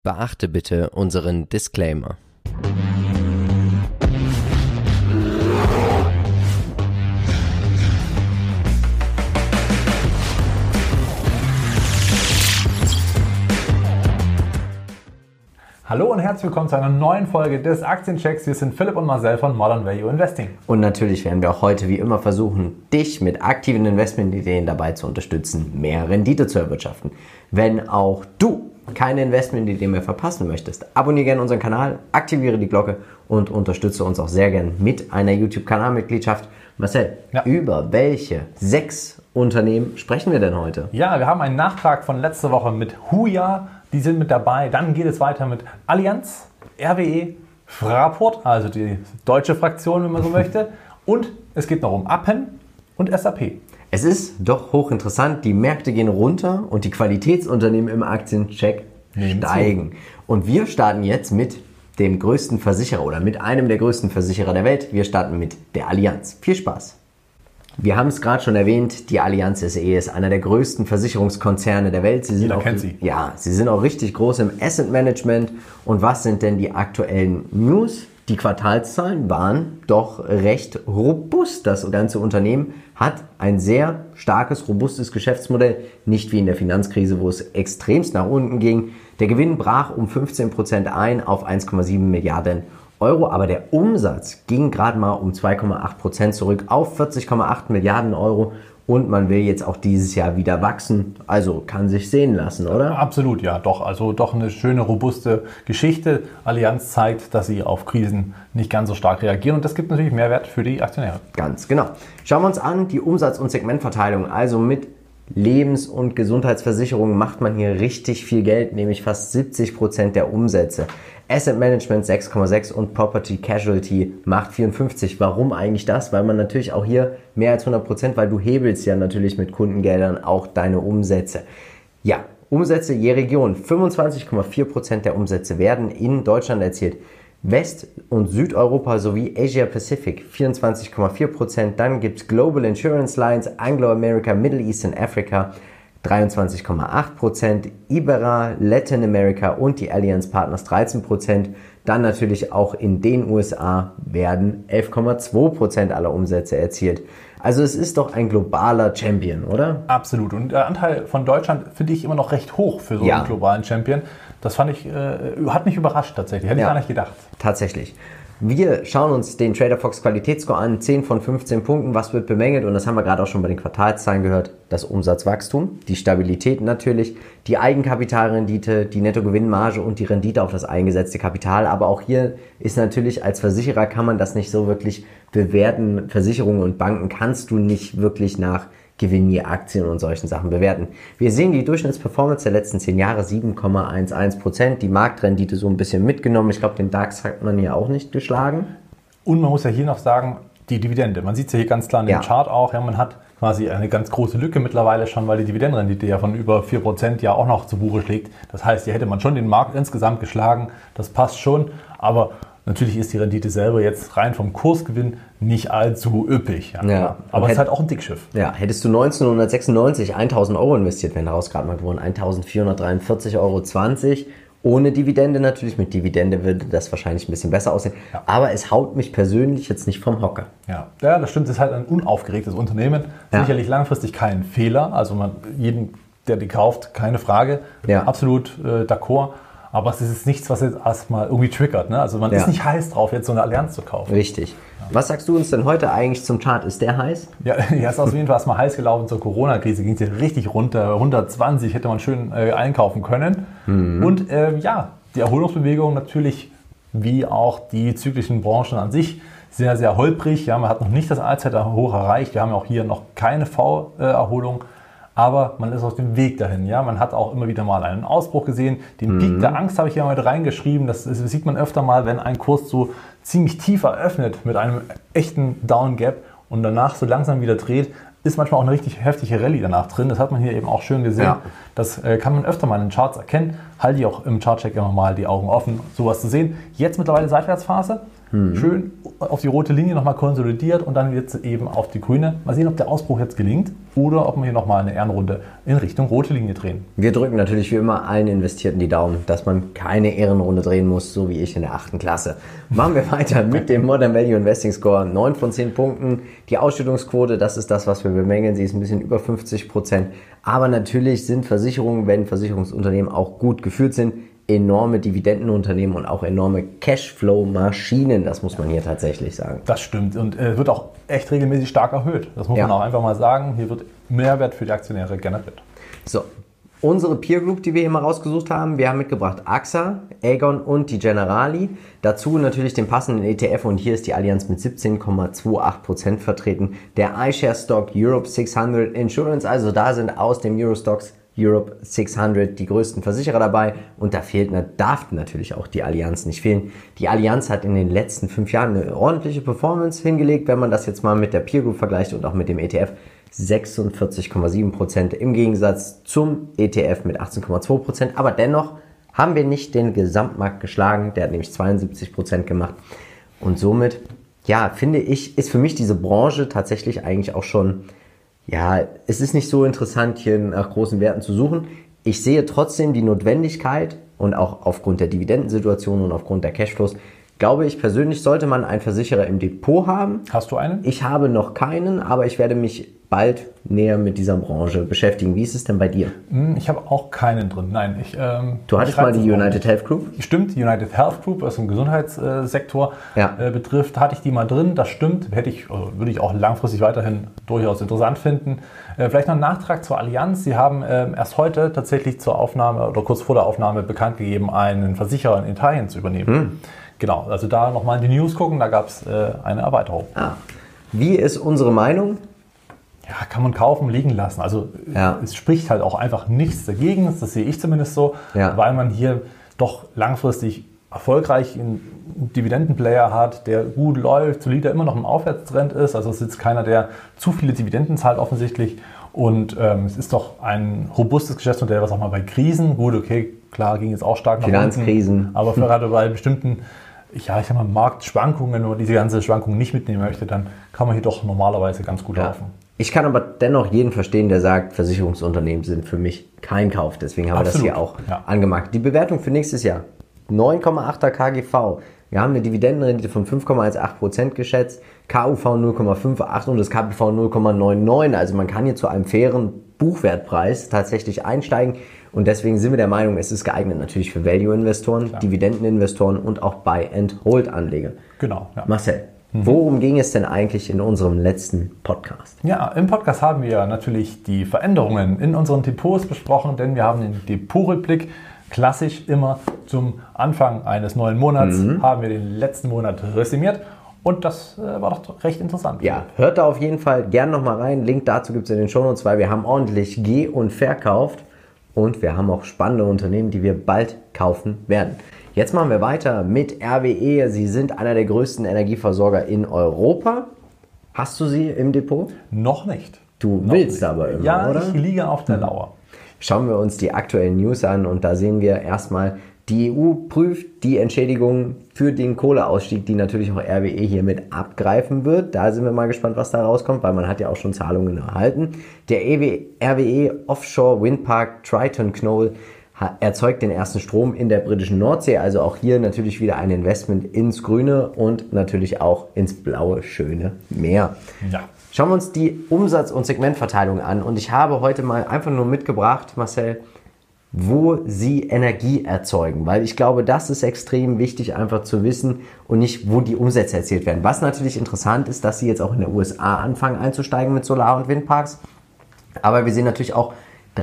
Beachte bitte unseren Disclaimer. Hallo und herzlich willkommen zu einer neuen Folge des Aktienchecks. Wir sind Philipp und Marcel von Modern Value Investing. Und natürlich werden wir auch heute wie immer versuchen, dich mit aktiven Investmentideen dabei zu unterstützen, mehr Rendite zu erwirtschaften. Wenn auch du keine Investmentidee mehr verpassen möchtest, abonniere gerne unseren Kanal, aktiviere die Glocke und unterstütze uns auch sehr gern mit einer YouTube-Kanalmitgliedschaft. Marcel, über welche 6 Unternehmen sprechen wir denn heute? Ja, wir haben einen Nachtrag von letzter Woche mit HUJA, die sind mit dabei. Dann geht es weiter mit Allianz, RWE, Fraport, also die deutsche Fraktion, wenn man so möchte. Und es geht noch um Appen und SAP. Es ist doch hochinteressant, die Märkte gehen runter und die Qualitätsunternehmen im Aktiencheck steigen. Und wir starten jetzt mit dem größten Versicherer oder mit einem der größten Versicherer der Welt. Wir starten mit der Allianz. Viel Spaß! Wir haben es gerade schon erwähnt, die Allianz SE ist einer der größten Versicherungskonzerne der Welt. Jeder kennt sie. Ja, sie sind auch richtig groß im Asset Management. Und was sind denn die aktuellen News? Die Quartalszahlen waren doch recht robust. Das ganze Unternehmen hat ein sehr starkes, robustes Geschäftsmodell. Nicht wie in der Finanzkrise, wo es extremst nach unten ging. Der Gewinn brach um 15% ein auf 1,7 Milliarden Euro, aber der Umsatz ging gerade mal um 2,8% zurück auf 40,8 Milliarden Euro. Und man will jetzt auch dieses Jahr wieder wachsen. Also kann sich sehen lassen, oder? Absolut, ja, doch. Also doch eine schöne, robuste Geschichte. Allianz zeigt, dass sie auf Krisen nicht ganz so stark reagieren. Und das gibt natürlich Mehrwert für die Aktionäre. Ganz genau. Schauen wir uns an, die Umsatz- und Segmentverteilung. Also mit Lebens- und Gesundheitsversicherungen macht man hier richtig viel Geld, nämlich fast 70% der Umsätze. Asset Management 6,6 und Property Casualty macht 54. Warum eigentlich das? Weil man natürlich auch hier mehr als 100%, weil du hebelst ja natürlich mit Kundengeldern auch deine Umsätze. Ja, Umsätze je Region. 25,4% der Umsätze werden in Deutschland erzielt. West- und Südeuropa sowie Asia Pacific 24,4%. Dann gibt es Global Insurance Lines, Anglo-America, Middle East und Africa 23,8%, Ibera, Latin America und die Allianz Partners 13%. Dann natürlich auch in den USA werden 11,2% aller Umsätze erzielt. Also es ist doch ein globaler Champion, oder? Absolut. Und der Anteil von Deutschland finde ich immer noch recht hoch für so einen globalen Champion. Das fand ich, hat mich überrascht tatsächlich. Hätte ich gar nicht gedacht. Tatsächlich. Wir schauen uns den TraderFox Qualitätsscore an, 10 von 15 Punkten. Was wird bemängelt? Und das haben wir gerade auch schon bei den Quartalszahlen gehört. Das Umsatzwachstum, die Stabilität natürlich, die Eigenkapitalrendite, die Nettogewinnmarge und die Rendite auf das eingesetzte Kapital. Aber auch hier ist natürlich als Versicherer kann man das nicht so wirklich bewerten. Versicherungen und Banken kannst du nicht wirklich nach Gewinn je Aktien und solchen Sachen bewerten. Wir sehen die Durchschnittsperformance der letzten 10 Jahre 7,11%. Die Marktrendite so ein bisschen mitgenommen. Ich glaube, den DAX hat man hier auch nicht geschlagen. Und man muss ja hier noch sagen, die Dividende. Man sieht es ja hier ganz klar in dem Chart auch. Ja, man hat quasi eine ganz große Lücke mittlerweile schon, weil die Dividendenrendite ja von über 4% ja auch noch zu Buche schlägt. Das heißt, hier hätte man schon den Markt insgesamt geschlagen. Das passt schon. Aber natürlich ist die Rendite selber jetzt rein vom Kursgewinn nicht allzu üppig. Ja. Aber es ist halt auch ein Dickschiff. Ja, hättest du 1996 1.000 Euro investiert, wenn daraus gerade mal gewonnen, 1.443,20 Euro. Ohne Dividende natürlich, mit Dividende würde das wahrscheinlich ein bisschen besser aussehen. Ja. Aber es haut mich persönlich jetzt nicht vom Hocker. Ja, das stimmt. Es ist halt ein unaufgeregtes Unternehmen. Sicherlich langfristig kein Fehler. Also jeden, der die kauft, keine Frage. Absolut d'accord. Aber es ist nichts, was jetzt erstmal irgendwie triggert. Ne? Also man ist nicht heiß drauf, jetzt so eine Allianz zu kaufen. Richtig. Ja. Was sagst du uns denn heute eigentlich zum Chart? Ist der heiß? Ja, ist auf jeden Fall erstmal heiß gelaufen. Zur Corona-Krise ging es ja richtig runter. 120 hätte man schön einkaufen können. Und die Erholungsbewegung natürlich, wie auch die zyklischen Branchen an sich, sehr, sehr holprig. Ja, man hat noch nicht das Allzeithoch erreicht. Wir haben auch hier noch keine V-Erholung. Aber man ist auf dem Weg dahin. Ja? Man hat auch immer wieder mal einen Ausbruch gesehen. Den Peak der Angst habe ich hier mal reingeschrieben. Das sieht man öfter mal, wenn ein Kurs so ziemlich tief eröffnet mit einem echten Down Gap und danach so langsam wieder dreht, ist manchmal auch eine richtig heftige Rallye danach drin. Das hat man hier eben auch schön gesehen. Ja. Das kann man öfter mal in den Charts erkennen. Halte ich auch im Chartcheck immer mal die Augen offen, sowas zu sehen. Jetzt mittlerweile Seitwärtsphase. Schön auf die rote Linie nochmal konsolidiert und dann jetzt eben auf die grüne. Mal sehen, ob der Ausbruch jetzt gelingt oder ob wir hier nochmal eine Ehrenrunde in Richtung rote Linie drehen. Wir drücken natürlich wie immer allen Investierten die Daumen, dass man keine Ehrenrunde drehen muss, so wie ich in der 8. Klasse. Machen wir weiter mit dem Modern Value Investing Score. 9 von 10 Punkten. Die Ausschüttungsquote, das ist das, was wir bemängeln. Sie ist ein bisschen über 50%. Aber natürlich sind Versicherungen, wenn Versicherungsunternehmen auch gut geführt sind, enorme Dividendenunternehmen und auch enorme Cashflow-Maschinen. Das muss man hier tatsächlich sagen. Das stimmt und wird auch echt regelmäßig stark erhöht. Das muss man auch einfach mal sagen. Hier wird Mehrwert für die Aktionäre generiert. So, unsere Peer Group, die wir hier mal rausgesucht haben, wir haben mitgebracht AXA, Aegon und die Generali. Dazu natürlich den passenden ETF und hier ist die Allianz mit 17,28% vertreten. Der iShares Stock Europe 600 Insurance, also da sind aus dem Eurostoxx Europe 600 die größten Versicherer dabei und da darf natürlich auch die Allianz nicht fehlen. Die Allianz hat in den letzten 5 Jahren eine ordentliche Performance hingelegt, wenn man das jetzt mal mit der Peer Group vergleicht und auch mit dem ETF. 46,7% im Gegensatz zum ETF mit 18,2%, aber dennoch haben wir nicht den Gesamtmarkt geschlagen, der hat nämlich 72% gemacht und somit, ja, finde ich, ist für mich diese Branche tatsächlich eigentlich auch schon, ja, es ist nicht so interessant, hier nach großen Werten zu suchen. Ich sehe trotzdem die Notwendigkeit und auch aufgrund der Dividendensituation und aufgrund der Cashflows, glaube ich persönlich, sollte man einen Versicherer im Depot haben. Hast du einen? Ich habe noch keinen, aber ich werde mich bald näher mit dieser Branche beschäftigen. Wie ist es denn bei dir? Ich habe auch keinen drin. Nein, du hattest mal die United Health Group? Stimmt, die United Health Group, was im Gesundheitssektor betrifft, hatte ich die mal drin. Das stimmt, würde ich auch langfristig weiterhin durchaus interessant finden. Vielleicht noch ein Nachtrag zur Allianz. Sie haben erst heute tatsächlich zur Aufnahme oder kurz vor der Aufnahme bekannt gegeben, einen Versicherer in Italien zu übernehmen. Genau, also da nochmal in die News gucken, da gab es eine Erweiterung. Wie ist unsere Meinung? Ja, kann man kaufen, liegen lassen. Also es spricht halt auch einfach nichts dagegen, das sehe ich zumindest so, weil man hier doch langfristig erfolgreich einen Dividendenplayer hat, der gut läuft, solide immer noch im Aufwärtstrend ist. Also es ist jetzt keiner, der zu viele Dividenden zahlt offensichtlich. Und es ist doch ein robustes Geschäftsmodell, was auch mal bei Krisen, gut, okay, klar, ging jetzt auch stark nach Finanzkrisen. unten, aber gerade bei bestimmten Marktschwankungen, wenn man diese ganze Schwankung nicht mitnehmen möchte, dann kann man hier doch normalerweise ganz gut laufen. Ich kann aber dennoch jeden verstehen, der sagt, Versicherungsunternehmen sind für mich kein Kauf. Deswegen haben wir das hier auch angemarkt. Die Bewertung für nächstes Jahr, 9,8er KGV. Wir haben eine Dividendenrendite von 5,18% geschätzt, KUV 0,58 und das KPV 0,99. Also man kann hier zu einem fairen Buchwertpreis tatsächlich einsteigen. Und deswegen sind wir der Meinung, es ist geeignet natürlich für Value-Investoren, Dividendeninvestoren und auch Buy-and-Hold-Anleger. Genau. Ja. Marcel, worum ging es denn eigentlich in unserem letzten Podcast? Ja, im Podcast haben wir natürlich die Veränderungen in unseren Depots besprochen, denn wir haben den Depotrückblick klassisch immer zum Anfang eines neuen Monats, haben wir den letzten Monat resümiert. Und das war doch recht interessant. Ja, hört da auf jeden Fall gerne nochmal rein. Link dazu gibt es in den Shownotes, weil wir haben ordentlich geh- und verkauft. Und wir haben auch spannende Unternehmen, die wir bald kaufen werden. Jetzt machen wir weiter mit RWE. Sie sind einer der größten Energieversorger in Europa. Hast du sie im Depot? Noch nicht. Du willst aber immer, oder? Ja, ich liege auf der Lauer. Schauen wir uns die aktuellen News an und da sehen wir erstmal, die EU prüft die Entschädigung für den Kohleausstieg, die natürlich auch RWE hiermit abgreifen wird. Da sind wir mal gespannt, was da rauskommt, weil man hat ja auch schon Zahlungen erhalten. Der RWE Offshore Windpark Triton Knoll erzeugt den ersten Strom in der britischen Nordsee. Also auch hier natürlich wieder ein Investment ins Grüne und natürlich auch ins blaue, schöne Meer. Ja. Schauen wir uns die Umsatz- und Segmentverteilung an. Und ich habe heute mal einfach nur mitgebracht, Marcel, wo sie Energie erzeugen. Weil ich glaube, das ist extrem wichtig einfach zu wissen und nicht, wo die Umsätze erzielt werden. Was natürlich interessant ist, dass sie jetzt auch in den USA anfangen einzusteigen mit Solar- und Windparks. Aber wir sehen natürlich auch,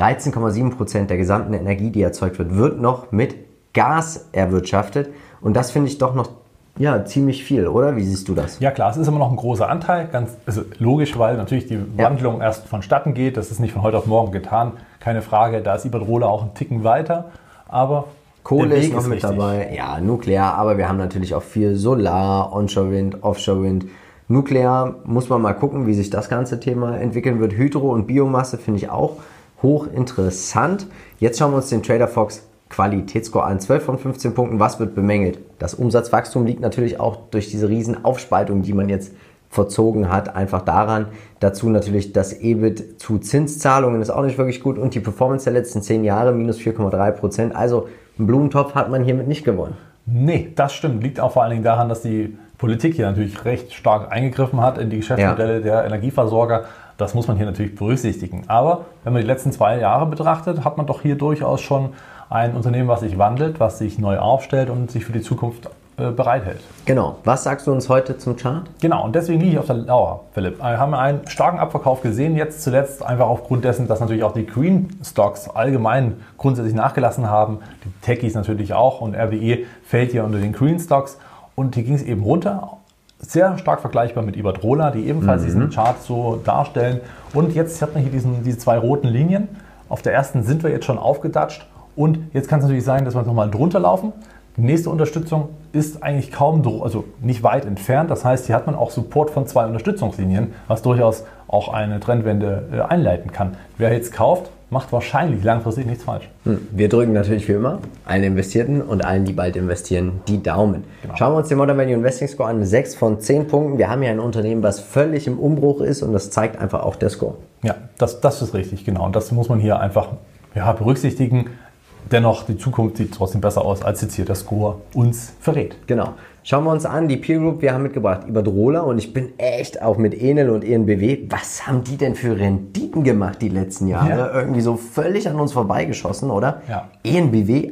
13,7% der gesamten Energie, die erzeugt wird noch mit Gas erwirtschaftet. Und das finde ich doch noch ziemlich viel, oder? Wie siehst du das? Ja klar, es ist immer noch ein großer Anteil, also logisch, weil natürlich die Wandlung erst vonstatten geht. Das ist nicht von heute auf morgen getan, keine Frage. Da ist Iberdrola auch einen Ticken weiter, aber Kohle ist noch mit dabei, ja, Nuklear, aber wir haben natürlich auch viel Solar, Onshore-Wind, Offshore-Wind. Nuklear muss man mal gucken, wie sich das ganze Thema entwickeln wird. Hydro und Biomasse finde ich auch hochinteressant. Jetzt schauen wir uns den Trader Fox Qualitätsscore an 12 von 15 Punkten. Was wird bemängelt? Das Umsatzwachstum liegt natürlich auch durch diese riesen Aufspaltung, die man jetzt verzogen hat, einfach daran. Dazu natürlich das EBIT zu Zinszahlungen ist auch nicht wirklich gut und die Performance der letzten 10 Jahre minus 4,3%. Also einen Blumentopf hat man hiermit nicht gewonnen. Nee, das stimmt. Liegt auch vor allen Dingen daran, dass die Politik hier natürlich recht stark eingegriffen hat in die Geschäftsmodelle der Energieversorger. Das muss man hier natürlich berücksichtigen. Aber wenn man die letzten 2 Jahre betrachtet, hat man doch hier durchaus schon ein Unternehmen, was sich wandelt, was sich neu aufstellt und sich für die Zukunft bereithält. Genau. Was sagst du uns heute zum Chart? Genau, und deswegen liege ich auf der Lauer, Philipp. Wir haben einen starken Abverkauf gesehen, jetzt zuletzt einfach aufgrund dessen, dass natürlich auch die Green Stocks allgemein grundsätzlich nachgelassen haben. Die Techies natürlich auch und RWE fällt hier unter den Green Stocks und hier ging es eben runter. Sehr stark vergleichbar mit Iberdrola, die ebenfalls diesen Chart so darstellen. Und jetzt hat man hier diese 2 roten Linien. Auf der ersten sind wir jetzt schon aufgedatscht und jetzt kann es natürlich sein, dass wir nochmal drunter laufen. Die nächste Unterstützung ist eigentlich kaum, also nicht weit entfernt. Das heißt, hier hat man auch Support von 2 Unterstützungslinien, was durchaus auch eine Trendwende einleiten kann. Wer jetzt kauft, macht wahrscheinlich langfristig nichts falsch. Wir drücken natürlich wie immer allen Investierten und allen, die bald investieren, die Daumen. Genau. Schauen wir uns den Modern Value Investing Score an. 6 von 10 Punkten. Wir haben hier ein Unternehmen, was völlig im Umbruch ist und das zeigt einfach auch der Score. Ja, das ist richtig, genau. Und das muss man hier einfach berücksichtigen. Dennoch, die Zukunft sieht trotzdem besser aus, als jetzt hier der Score uns verrät. Genau. Schauen wir uns an, die Peer Group, wir haben mitgebracht Iberdrola und ich bin echt auch mit Enel und EnBW. Was haben die denn für Renditen gemacht die letzten Jahre? Ja. Irgendwie so völlig an uns vorbeigeschossen, oder? Ja. EnBW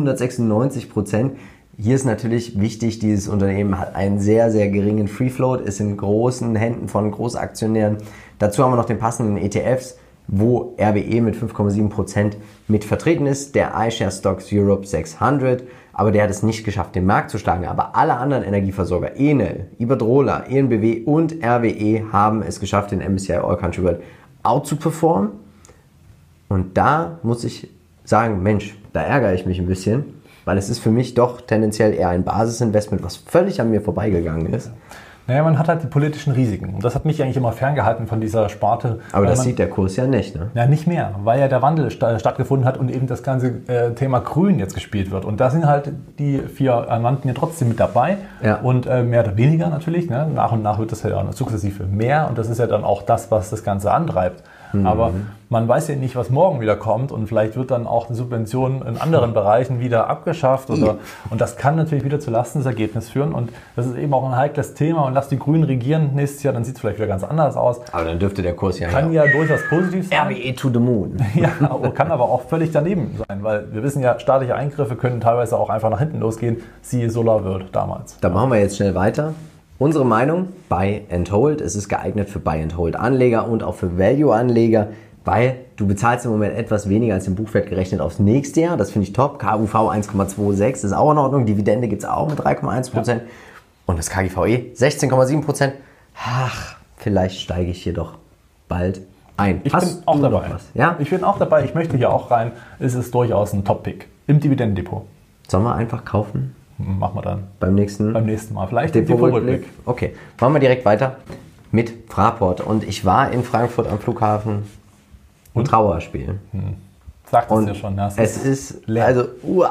196%. Hier ist natürlich wichtig, dieses Unternehmen hat einen sehr, sehr geringen Free Float, ist in großen Händen von Großaktionären. Dazu haben wir noch den passenden ETFs, wo RWE mit 5,7% mit vertreten ist, der iShares Stocks Europe 600, aber der hat es nicht geschafft, den Markt zu schlagen. Aber alle anderen Energieversorger, Enel, Iberdrola, EnBW und RWE haben es geschafft, den MSCI All Country World out zu performen. Und da muss ich sagen, Mensch, da ärgere ich mich ein bisschen, weil es ist für mich doch tendenziell eher ein Basisinvestment, was völlig an mir vorbeigegangen ist. Naja, man hat halt die politischen Risiken. Und das hat mich eigentlich immer ferngehalten von dieser Sparte. Aber das sieht der Kurs ja nicht, ne? Ja, nicht mehr, weil ja der Wandel stattgefunden hat und eben das ganze Thema Grün jetzt gespielt wird. Und da sind halt die 4 Ernannten ja trotzdem mit dabei. Ja. Und mehr oder weniger natürlich. Ne? Nach und nach wird das ja sukzessive mehr. Und das ist ja dann auch das, was das Ganze antreibt. Aber man weiß ja nicht, was morgen wieder kommt und vielleicht wird dann auch eine Subvention in anderen Bereichen wieder abgeschafft. Und das kann natürlich wieder zu Lasten des Ergebnisses führen. Und das ist eben auch ein heikles Thema. Und lass die Grünen regieren nächstes Jahr, dann sieht es vielleicht wieder ganz anders aus. Aber dann dürfte der Kurs kann ja durchaus positiv sein. RWE to the moon. Ja, kann aber auch völlig daneben sein, weil wir wissen ja, staatliche Eingriffe können teilweise auch einfach nach hinten losgehen. Siehe SolarWorld damals. Da machen wir jetzt schnell weiter. Unsere Meinung, Buy and Hold. Es ist geeignet für Buy and Hold Anleger und auch für Value Anleger, weil du bezahlst im Moment etwas weniger als im Buchwert gerechnet aufs nächste Jahr. Das finde ich top. KUV 1,26 ist auch in Ordnung. Dividende gibt es auch mit 3,1%. Ja. Und das KGVE 16,7%. Ach, vielleicht steige ich hier doch bald ein. Ich bin auch dabei. Ja? Ich bin auch dabei. Ich möchte hier auch rein. Es ist durchaus ein Top-Pick im Dividendendepot. Sollen wir einfach kaufen? Machen wir dann. Beim nächsten Mal. Vielleicht Depot-Rückblick. Okay, machen wir direkt weiter mit Fraport. Und ich war in Frankfurt am Flughafen und Trauerspiel. Sagt es ja schon. Ja, es ist leer. Also,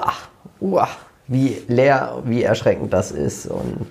wie leer, wie erschreckend das ist. Und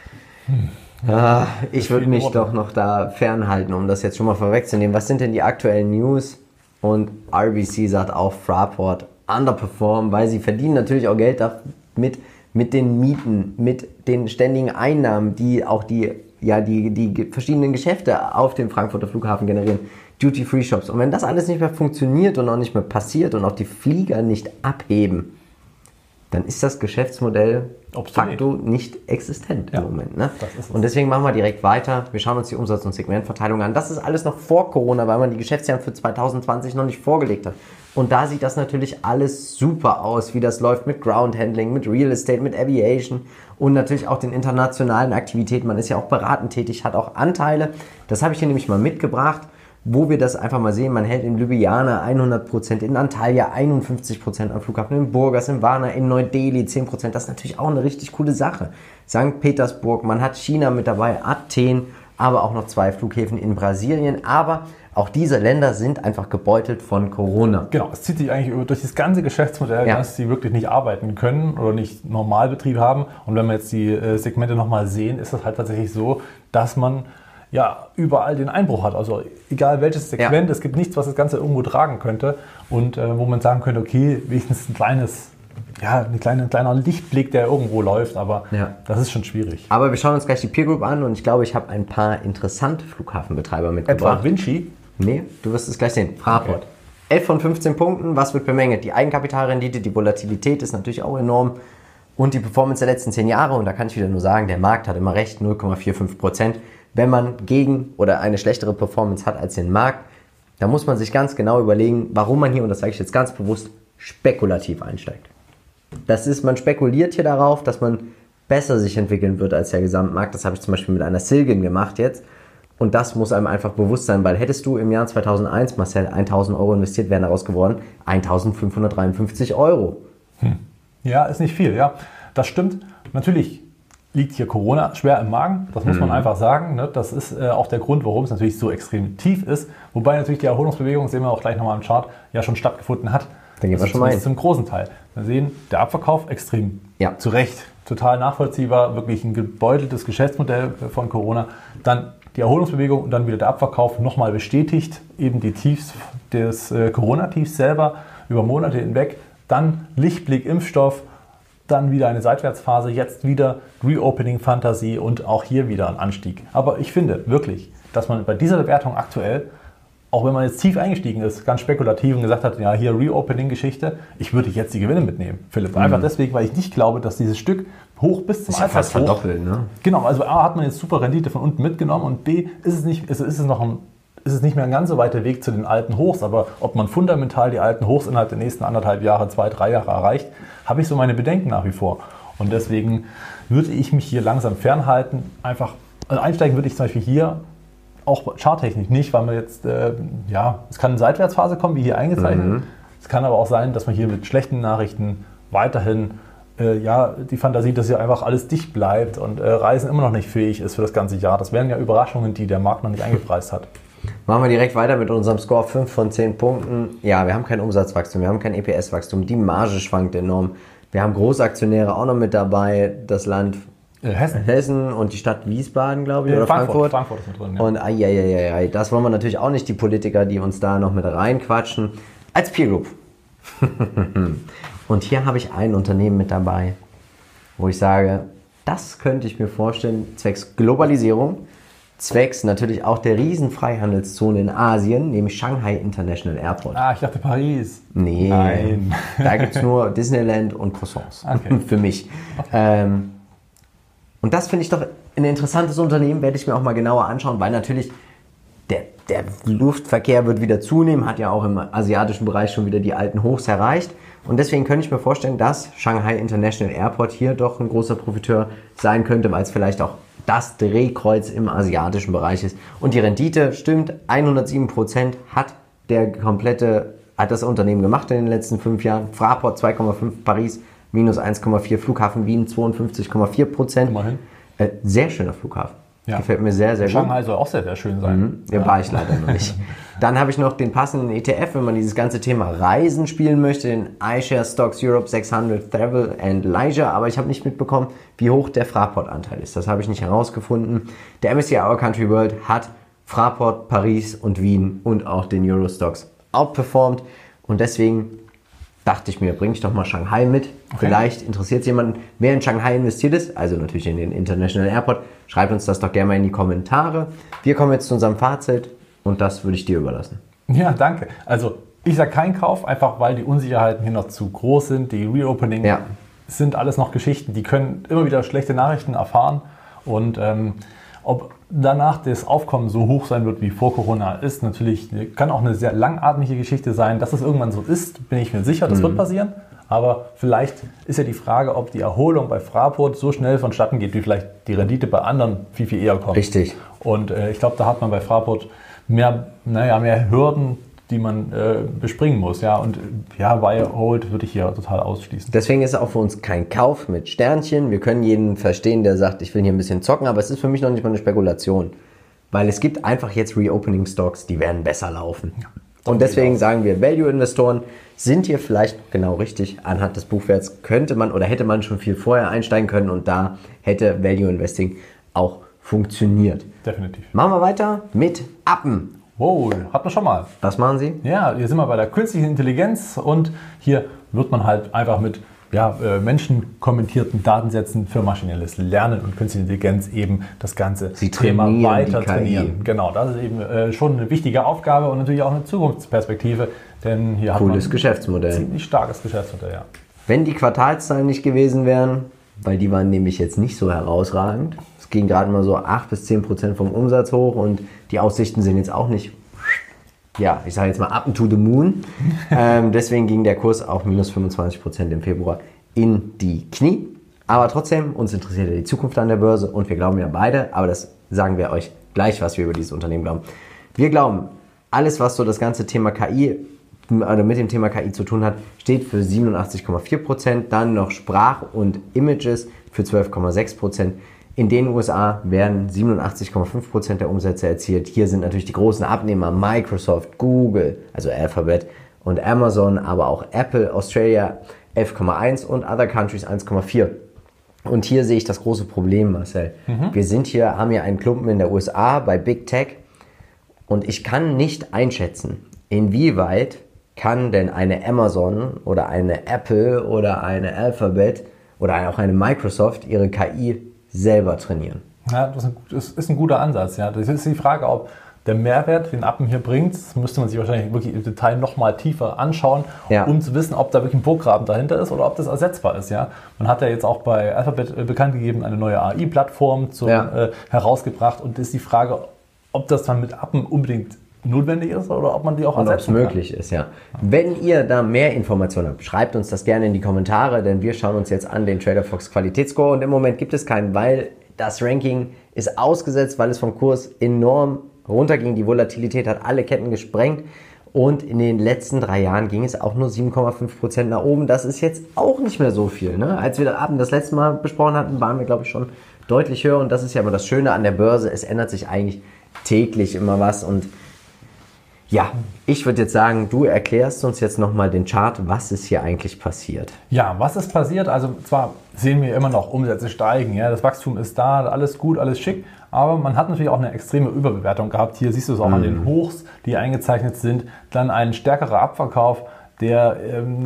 ich würde mich doch noch da fernhalten, um das jetzt schon mal vorwegzunehmen. Was sind denn die aktuellen News? Und RBC sagt auch, Fraport underperform, weil sie verdienen natürlich auch Geld mit den Mieten, mit den ständigen Einnahmen, die auch die verschiedenen Geschäfte auf dem Frankfurter Flughafen generieren. Duty-Free-Shops. Und wenn das alles nicht mehr funktioniert und auch nicht mehr passiert und auch die Flieger nicht abheben, dann ist das Geschäftsmodell de facto nicht existent im Moment. Ne? Und deswegen machen wir direkt weiter. Wir schauen uns die Umsatz- und Segmentverteilung an. Das ist alles noch vor Corona, weil man die Geschäftsjahre für 2020 noch nicht vorgelegt hat. Und da sieht das natürlich alles super aus, wie das läuft mit Ground Handling, mit Real Estate, mit Aviation und natürlich auch den internationalen Aktivitäten. Man ist ja auch beratend tätig, hat auch Anteile. Das habe ich hier nämlich mal mitgebracht, wo wir das einfach mal sehen. Man hält in Ljubljana 100%, in Antalya 51% am Flughafen, in Burgas, in Varna, in Neu-Delhi 10%. Das ist natürlich auch eine richtig coole Sache. St. Petersburg, man hat China mit dabei, Athen, aber auch noch 2 Flughäfen in Brasilien. Aber auch diese Länder sind einfach gebeutelt von Corona. Genau, es zieht sich eigentlich durch das ganze Geschäftsmodell, dass sie wirklich nicht arbeiten können oder nicht Normalbetrieb haben. Und wenn wir jetzt die Segmente nochmal sehen, ist das halt tatsächlich so, dass man ja überall den Einbruch hat. Also egal welches Segment, es gibt nichts, was das Ganze irgendwo tragen könnte und wo man sagen könnte, okay, wenigstens ein kleiner Lichtblick, der irgendwo läuft, aber das ist schon schwierig. Aber wir schauen uns gleich die Peer Group an und ich glaube, ich habe ein paar interessante Flughafenbetreiber mitgebracht. Etwa Vinci? Nee, du wirst es gleich sehen. Fraport. Okay. 11 von 15 Punkten, was wird bemängelt? Die Eigenkapitalrendite, die Volatilität ist natürlich auch enorm und die Performance der letzten 10 Jahre und da kann ich wieder nur sagen, der Markt hat immer recht, 0,45%. Wenn man gegen oder eine schlechtere Performance hat als den Markt, dann muss man sich ganz genau überlegen, warum man hier, und das sage ich jetzt ganz bewusst, spekulativ einsteigt. Man spekuliert hier darauf, dass man besser sich entwickeln wird als der Gesamtmarkt. Das habe ich zum Beispiel mit einer Silgan gemacht jetzt. Und das muss einem einfach bewusst sein, weil hättest du im Jahr 2001, Marcel, 1.000 Euro investiert, wären daraus geworden 1.553 Euro. Ja, ist nicht viel, ja. Das stimmt. Natürlich liegt hier Corona schwer im Magen, das muss man einfach sagen. Ne? Das ist auch der Grund, warum es natürlich so extrem tief ist. Wobei natürlich die Erholungsbewegung, das sehen wir auch gleich nochmal im Chart, ja schon stattgefunden hat. Da gehen wir schon mal hin. Zum großen Teil. Wir sehen, der Abverkauf extrem zu Recht, total nachvollziehbar, wirklich ein gebeuteltes Geschäftsmodell von Corona. Dann die Erholungsbewegung und dann wieder der Abverkauf nochmal bestätigt, eben die Tiefs des Corona-Tiefs selber über Monate hinweg. Dann Lichtblick, Impfstoff, dann wieder eine Seitwärtsphase, jetzt wieder Reopening-Fantasie und auch hier wieder ein Anstieg. Aber ich finde wirklich, dass man bei dieser Bewertung aktuell, auch wenn man jetzt tief eingestiegen ist, ganz spekulativ und gesagt hat, ja, hier Reopening-Geschichte, ich würde jetzt die Gewinne mitnehmen, Philipp. Einfach deswegen, weil ich nicht glaube, dass dieses Stück hoch bis zum Allzeithoch verdoppelt, ne? Genau, also A, hat man jetzt super Rendite von unten mitgenommen und B, ist es nicht mehr ein ganz so weiter Weg zu den alten Hochs, aber ob man fundamental die alten Hochs innerhalb der nächsten 1,5 Jahre, 2, 3 Jahre erreicht, habe ich so meine Bedenken nach wie vor. Und deswegen würde ich mich hier langsam fernhalten. Einsteigen würde ich zum Beispiel hier auch charttechnisch nicht, weil man jetzt, es kann eine Seitwärtsphase kommen, wie hier eingezeichnet. Es kann aber auch sein, dass man hier mit schlechten Nachrichten weiterhin die Fantasie, dass hier einfach alles dicht bleibt und Reisen immer noch nicht fähig ist für das ganze Jahr. Das wären ja Überraschungen, die der Markt noch nicht eingepreist hat. Machen wir direkt weiter mit unserem Score 5 von 10 Punkten. Ja, wir haben kein Umsatzwachstum, wir haben kein EPS-Wachstum, die Marge schwankt enorm. Wir haben Großaktionäre auch noch mit dabei, das Land Hessen und die Stadt Wiesbaden, glaube ich, oder Frankfurt. Frankfurt ist mit drin, ja. Und das wollen wir natürlich auch nicht, die Politiker, die uns da noch mit reinquatschen. Als Peer Group. Und hier habe ich ein Unternehmen mit dabei, wo ich sage, das könnte ich mir vorstellen, zwecks Globalisierung, zwecks natürlich auch der riesen Freihandelszone in Asien, nämlich Shanghai International Airport. Ah, ich dachte Paris. Nee, nein. Da gibt es nur Disneyland und Croissants, für mich. Okay. Und das finde ich doch ein interessantes Unternehmen, werde ich mir auch mal genauer anschauen, weil natürlich der Luftverkehr wird wieder zunehmen, hat ja auch im asiatischen Bereich schon wieder die alten Hochs erreicht. Und deswegen könnte ich mir vorstellen, dass Shanghai International Airport hier doch ein großer Profiteur sein könnte, weil es vielleicht auch das Drehkreuz im asiatischen Bereich ist. Und die Rendite stimmt, 107% hat das Unternehmen gemacht in den letzten 5 Jahren. Fraport 2,5, Paris minus 1,4, Flughafen Wien 52,4%. Immerhin. Sehr schöner Flughafen. Ja. Gefällt mir sehr, sehr gut. Shanghai soll auch sehr, sehr schön sein. Ja, war ich leider noch nicht. Dann habe ich noch den passenden ETF, wenn man dieses ganze Thema Reisen spielen möchte, den iShares Stocks Europe 600 Travel and Leisure, aber ich habe nicht mitbekommen, wie hoch der Fraport-Anteil ist. Das habe ich nicht herausgefunden. Der MSCI Our Country World hat Fraport, Paris und Wien und auch den Eurostoxx outperformed und deswegen dachte ich mir, bringe ich doch mal Shanghai mit. Okay. Vielleicht interessiert es jemanden, wer in Shanghai investiert ist, also natürlich in den International Airport. Schreibt uns das doch gerne mal in die Kommentare. Wir kommen jetzt zu unserem Fazit und das würde ich dir überlassen. Ja, danke. Also ich sage keinen Kauf, einfach weil die Unsicherheiten hier noch zu groß sind. Die Reopening sind alles noch Geschichten, die können immer wieder schlechte Nachrichten erfahren. Und ob danach das Aufkommen so hoch sein wird wie vor Corona, kann auch eine sehr langatmige Geschichte sein. Dass es irgendwann so ist, bin ich mir sicher, das wird passieren. Aber vielleicht ist ja die Frage, ob die Erholung bei Fraport so schnell vonstatten geht, wie vielleicht die Rendite bei anderen viel, viel eher kommt. Richtig. Und ich glaube, da hat man bei Fraport mehr Hürden, die man bespringen muss. Ja? Und Buy Hold würde ich hier total ausschließen. Deswegen ist es auch für uns kein Kauf mit Sternchen. Wir können jeden verstehen, der sagt, ich will hier ein bisschen zocken, aber es ist für mich noch nicht mal eine Spekulation. weil es gibt einfach jetzt Reopening-Stocks, die werden besser laufen. Ja, und deswegen sagen wir, Value-Investoren sind hier vielleicht genau richtig. Anhand des Buchwerts könnte man oder hätte man schon viel vorher einsteigen können und da hätte Value-Investing auch funktioniert. Definitiv. Machen wir weiter mit Appen. Wow, hatten wir schon mal. Was machen Sie? Ja, hier sind wir bei der künstlichen Intelligenz und hier wird man halt einfach mit menschenkommentierten Datensätzen für maschinelles Lernen und künstliche Intelligenz eben das ganze Thema weiter trainieren. Genau, das ist eben schon eine wichtige Aufgabe und natürlich auch eine Zukunftsperspektive, denn hier cooles hat man Geschäftsmodell. Ein ziemlich starkes Geschäftsmodell, ja. Wenn die Quartalszahlen nicht gewesen wären, weil die waren nämlich jetzt nicht so herausragend, es ging gerade mal so 8-10% vom Umsatz hoch und die Aussichten sind jetzt auch nicht, ja, ich sage jetzt mal up to the moon. Deswegen ging der Kurs auch minus 25% im Februar in die Knie. Aber trotzdem, uns interessiert ja die Zukunft an der Börse und wir glauben ja beide, aber das sagen wir euch gleich, was wir über dieses Unternehmen glauben. Wir glauben, alles, was so das ganze Thema KI oder mit dem Thema KI zu tun hat, steht für 87,4%, dann noch Sprach und Images für 12,6%. In den USA werden 87,5% der Umsätze erzielt. Hier sind natürlich die großen Abnehmer Microsoft, Google, also Alphabet und Amazon, aber auch Apple, Australia 11,1 und Other Countries 1,4. Und hier sehe ich das große Problem, Marcel. Wir haben hier einen Klumpen in der USA bei Big Tech und ich kann nicht einschätzen, inwieweit kann denn eine Amazon oder eine Apple oder eine Alphabet oder auch eine Microsoft ihre KI selber trainieren. Ja, das ist ein guter Ansatz. Ja. Das ist die Frage, ob der Mehrwert, den Appen hier bringt, das müsste man sich wahrscheinlich wirklich im Detail nochmal tiefer anschauen, um zu wissen, ob da wirklich ein Burggraben dahinter ist oder ob das ersetzbar ist. Ja. Man hat ja jetzt auch bei Alphabet bekannt gegeben, eine neue AI-Plattform herausgebracht und ist die Frage, ob das dann mit Appen unbedingt notwendig ist oder ob man die auch ersetzen kann. Und ob es möglich ist, ja. Wenn ihr da mehr Informationen habt, schreibt uns das gerne in die Kommentare, denn wir schauen uns jetzt an den TraderFox Qualitätsscore und im Moment gibt es keinen, weil das Ranking ist ausgesetzt, weil es vom Kurs enorm runterging. Die Volatilität hat alle Ketten gesprengt und in den letzten 3 Jahren ging es auch nur 7,5% nach oben. Das ist jetzt auch nicht mehr so viel. Ne? Als wir das letzte Mal besprochen hatten, waren wir, glaube ich, schon deutlich höher und das ist ja immer das Schöne an der Börse. Es ändert sich eigentlich täglich immer was und ja, ich würde jetzt sagen, du erklärst uns jetzt nochmal den Chart, was ist hier eigentlich passiert. Ja, was ist passiert? Also zwar sehen wir immer noch Umsätze steigen, ja, das Wachstum ist da, alles gut, alles schick, aber man hat natürlich auch eine extreme Überbewertung gehabt. Hier siehst du es auch an den Hochs, die eingezeichnet sind. Dann ein stärkerer Abverkauf, der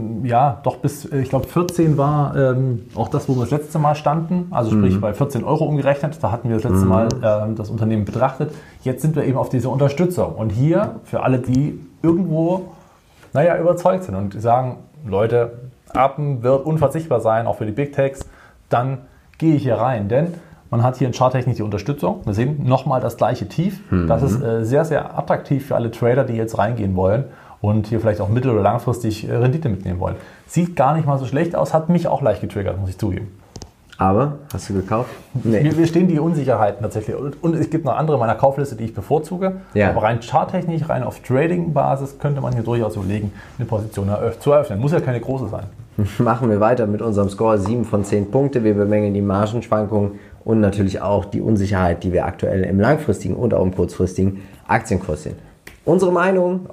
doch bis, ich glaube 14 war auch das, wo wir das letzte Mal standen, also sprich bei 14 Euro umgerechnet, da hatten wir das letzte Mal das Unternehmen betrachtet. Jetzt sind wir eben auf diese Unterstützung und hier für alle, die irgendwo überzeugt sind und sagen, Leute, Appen wird unverzichtbar sein, auch für die Big Techs, dann gehe ich hier rein, denn man hat hier in Charttechnik die Unterstützung. Wir sehen nochmal das gleiche Tief. Das ist sehr, sehr attraktiv für alle Trader, die jetzt reingehen wollen und hier vielleicht auch mittel- oder langfristig Rendite mitnehmen wollen. Sieht gar nicht mal so schlecht aus, hat mich auch leicht getriggert, muss ich zugeben. Aber, hast du gekauft? Nee. Mir stehen die Unsicherheiten tatsächlich. Und es gibt noch andere meiner Kaufliste, die ich bevorzuge. Ja. Aber rein charttechnisch, rein auf Trading-Basis könnte man hier durchaus überlegen, eine Position zu eröffnen. Muss ja keine große sein. Machen wir weiter mit unserem Score 7 von 10 Punkte. Wir bemängeln die Margenschwankungen und natürlich auch die Unsicherheit, die wir aktuell im langfristigen und auch im kurzfristigen Aktienkurs sehen. Unsere Meinung,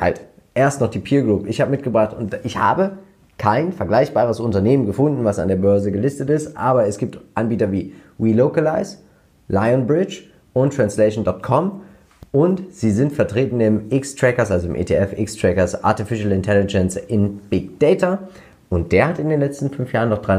erst noch die Peer Group. Ich habe mitgebracht und ich habe kein vergleichbares Unternehmen gefunden, was an der Börse gelistet ist, aber es gibt Anbieter wie WeLocalize, Lionbridge und Translation.com und sie sind vertreten im X-Trackers, also im ETF X-Trackers Artificial Intelligence in Big Data und der hat in den letzten 5 Jahren noch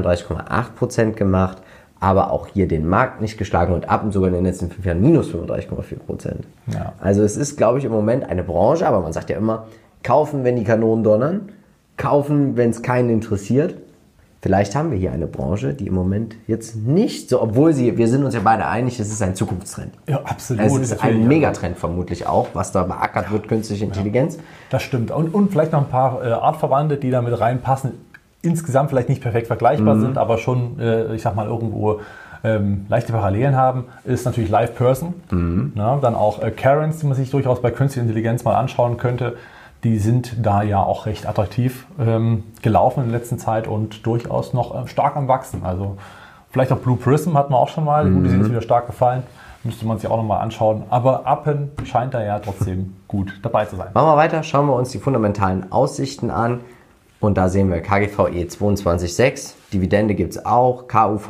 33,8% gemacht, aber auch hier den Markt nicht geschlagen und Appen sogar in den letzten 5 Jahren minus 35,4%. Ja. Also es ist, glaube ich, im Moment eine Branche, aber man sagt ja immer, kaufen, wenn die Kanonen donnern, kaufen, wenn es keinen interessiert. Vielleicht haben wir hier eine Branche, die im Moment jetzt nicht so, obwohl wir sind uns ja beide einig, es ist ein Zukunftstrend. Ja, absolut. Es ist ein Megatrend vermutlich auch, was da beackert wird, künstliche Intelligenz. Das stimmt. Und vielleicht noch ein paar Artverwandte, die da mit reinpassen. Insgesamt vielleicht nicht perfekt vergleichbar sind, aber schon, irgendwo leichte Parallelen haben, ist natürlich LivePerson. Ja, dann auch Karens, die man sich durchaus bei künstlicher Intelligenz mal anschauen könnte. Die sind da ja auch recht attraktiv gelaufen in der letzten Zeit und durchaus noch stark am Wachsen. Also vielleicht auch Blue Prism hatten wir auch schon mal. Gut, die sind jetzt wieder stark gefallen. Müsste man sich auch nochmal anschauen. Aber Appen scheint da ja trotzdem gut dabei zu sein. Machen wir weiter, schauen wir uns die fundamentalen Aussichten an. Und da sehen wir KGVE 22,6, Dividende gibt es auch, KUV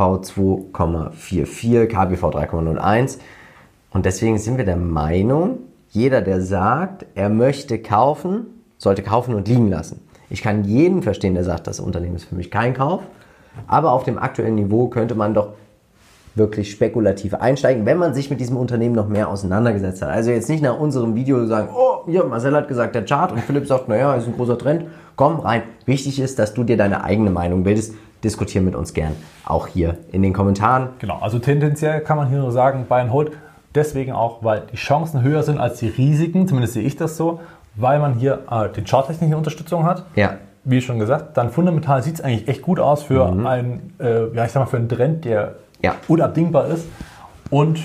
2,44, KBV 3,01. Und deswegen sind wir der Meinung, jeder, der sagt, er möchte kaufen, sollte kaufen und liegen lassen. Ich kann jeden verstehen, der sagt, das Unternehmen ist für mich kein Kauf. Aber auf dem aktuellen Niveau könnte man doch wirklich spekulativ einsteigen, wenn man sich mit diesem Unternehmen noch mehr auseinandergesetzt hat. Also jetzt nicht nach unserem Video sagen, oh, hier, Marcel hat gesagt, der Chart, und Philipp sagt, naja, ist ein großer Trend, komm rein. Wichtig ist, dass du dir deine eigene Meinung bildest. Diskutier mit uns gern, auch hier in den Kommentaren. Genau, also tendenziell kann man hier nur sagen, Buy and Hold, deswegen auch, weil die Chancen höher sind als die Risiken, zumindest sehe ich das so, weil man hier die charttechnische Unterstützung hat. Ja. Wie schon gesagt, dann fundamental sieht es eigentlich echt gut aus für einen, für einen Trend, der unabdingbar ist. Und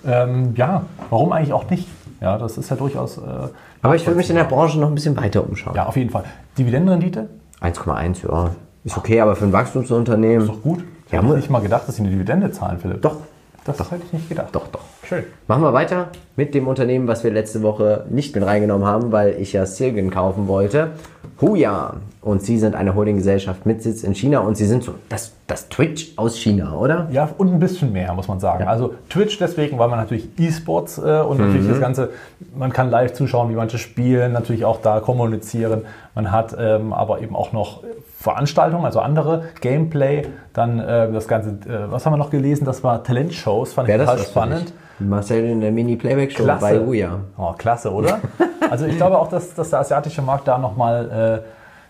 warum eigentlich auch nicht? Ja, das ist ja durchaus. Aber ich will mich in der Branche noch ein bisschen weiter umschauen. Ja, auf jeden Fall. Dividendenrendite? 1,1, ja. Ist okay, aber für ein Wachstumsunternehmen. Ist doch gut. Ich habe nicht mal gedacht, dass sie eine Dividende zahlen, Philipp. Doch. Das hätte ich nicht gedacht. Doch. Schön. Machen wir weiter mit dem Unternehmen, was wir letzte Woche nicht mit reingenommen haben, weil ich ja Silgan kaufen wollte. Huya. Und sie sind eine Holdinggesellschaft mit Sitz in China und sie sind so das Twitch aus China, oder? Ja, und ein bisschen mehr, muss man sagen. Ja. Also Twitch deswegen, weil man natürlich E-Sports und natürlich das Ganze, man kann live zuschauen, wie manche spielen, natürlich auch da kommunizieren. Man hat aber eben auch noch Veranstaltungen, also andere Gameplay, dann das Ganze, was haben wir noch gelesen? Das war Talentshows, fand ich total spannend. Marcel in der Mini-Playback-Show bei Huya. Oh, klasse, oder? Also ich glaube auch, dass der asiatische Markt da nochmal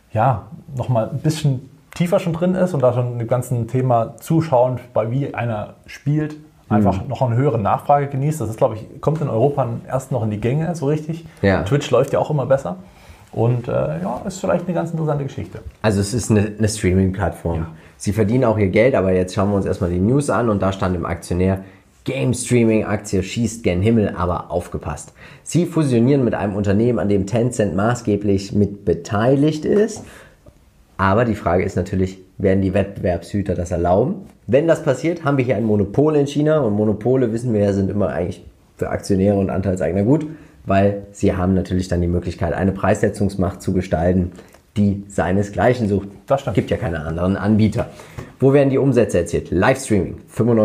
ein bisschen tiefer schon drin ist und da schon dem ganzen Thema zuschauen, bei wie einer spielt, einfach noch eine höhere Nachfrage genießt. Das ist, glaube ich, kommt in Europa erst noch in die Gänge, so richtig. Ja. Twitch läuft ja auch immer besser. Und ist vielleicht eine ganz interessante Geschichte. Also es ist eine Streaming-Plattform. Ja. Sie verdienen auch ihr Geld, aber jetzt schauen wir uns erstmal die News an und da stand im Aktionär, Game-Streaming-Aktie schießt gen Himmel, aber aufgepasst. Sie fusionieren mit einem Unternehmen, an dem Tencent maßgeblich mit beteiligt ist. Aber die Frage ist natürlich, werden die Wettbewerbshüter das erlauben? Wenn das passiert, haben wir hier ein Monopol in China und Monopole, wissen wir ja, sind immer eigentlich für Aktionäre und Anteilseigner gut, weil sie haben natürlich dann die Möglichkeit, eine Preissetzungsmacht zu gestalten, die seinesgleichen sucht. Das stimmt. Gibt ja keine anderen Anbieter. Wo werden die Umsätze erzielt? Livestreaming,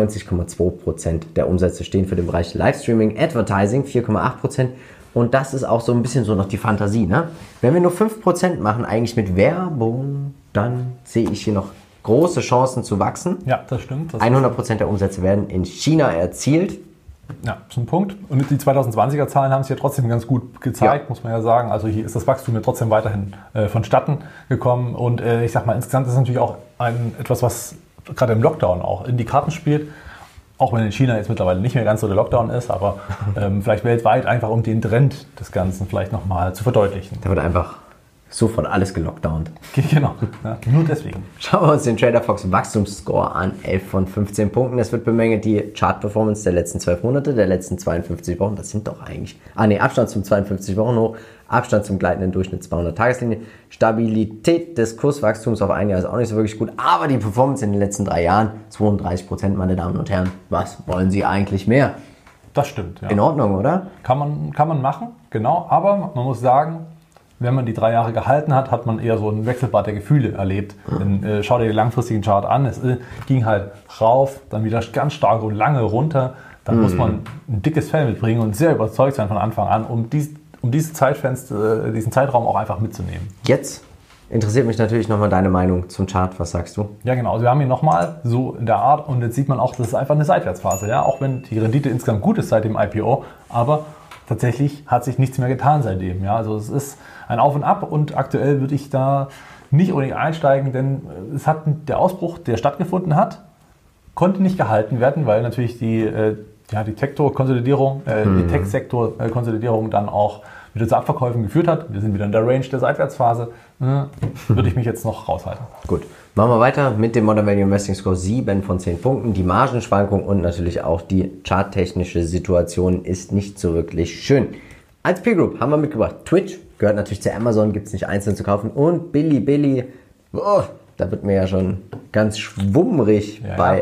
95,2% der Umsätze stehen für den Bereich Livestreaming, Advertising 4,8%. Und das ist auch so ein bisschen so noch die Fantasie, ne? Wenn wir nur 5% machen, eigentlich mit Werbung, dann sehe ich hier noch große Chancen zu wachsen. Ja, das stimmt. 100% der Umsätze werden in China erzielt. Ja, zum Punkt. Und die 2020er Zahlen haben es ja trotzdem ganz gut gezeigt, muss man ja sagen. Also hier ist das Wachstum ja trotzdem weiterhin vonstatten gekommen. Und ich sag mal, insgesamt ist es natürlich auch etwas, was gerade im Lockdown auch in die Karten spielt. Auch wenn in China jetzt mittlerweile nicht mehr ganz so der Lockdown ist, aber vielleicht weltweit einfach, um den Trend des Ganzen vielleicht nochmal zu verdeutlichen. Da wird einfach sofort alles gelockdownt. Genau, ja, nur deswegen. Schauen wir uns den TraderFox Wachstumsscore an, 11 von 15 Punkten. Es wird bemängelt die Chart-Performance der letzten 12 Monate, der letzten 52 Wochen. Das sind doch eigentlich... Abstand zum 52 Wochen hoch, Abstand zum gleitenden Durchschnitt 200-Tageslinie. Stabilität des Kurswachstums auf ein Jahr ist auch nicht so wirklich gut, aber die Performance in den letzten 3 Jahren, 32%, meine Damen und Herren. Was wollen Sie eigentlich mehr? Das stimmt, ja. In Ordnung, oder? Kann man machen, genau. Aber man muss sagen, wenn man die 3 Jahre gehalten hat, hat man eher so ein Wechselbad der Gefühle erlebt. Denn schau dir den langfristigen Chart an, es ging halt rauf, dann wieder ganz stark und lange runter. Dann muss man ein dickes Fell mitbringen und sehr überzeugt sein von Anfang an, um dieses Zeitfenster, diesen Zeitraum auch einfach mitzunehmen. Jetzt interessiert mich natürlich nochmal deine Meinung zum Chart. Was sagst du? Ja genau, also wir haben hier nochmal so in der Art und jetzt sieht man auch, das ist einfach eine Seitwärtsphase. Ja? Auch wenn die Rendite insgesamt gut ist seit dem IPO, aber tatsächlich hat sich nichts mehr getan seitdem. Ja? Also es ist ein Auf und Ab und aktuell würde ich da nicht unbedingt einsteigen, denn der Ausbruch, der stattgefunden hat, konnte nicht gehalten werden, weil natürlich die Tech-Sektor-Konsolidierung dann auch wieder zu Abverkäufen geführt hat. Wir sind wieder in der Range der Seitwärtsphase. Würde ich mich jetzt noch raushalten. Gut, machen wir weiter mit dem Modern Value Investing Score 7 von 10 Punkten. Die Margenschwankung und natürlich auch die charttechnische Situation ist nicht so wirklich schön. Als Peer Group haben wir mitgebracht Twitch, gehört natürlich zu Amazon, gibt es nicht einzeln zu kaufen. Und Bilibili, Da wird mir ja schon ganz schwummrig bei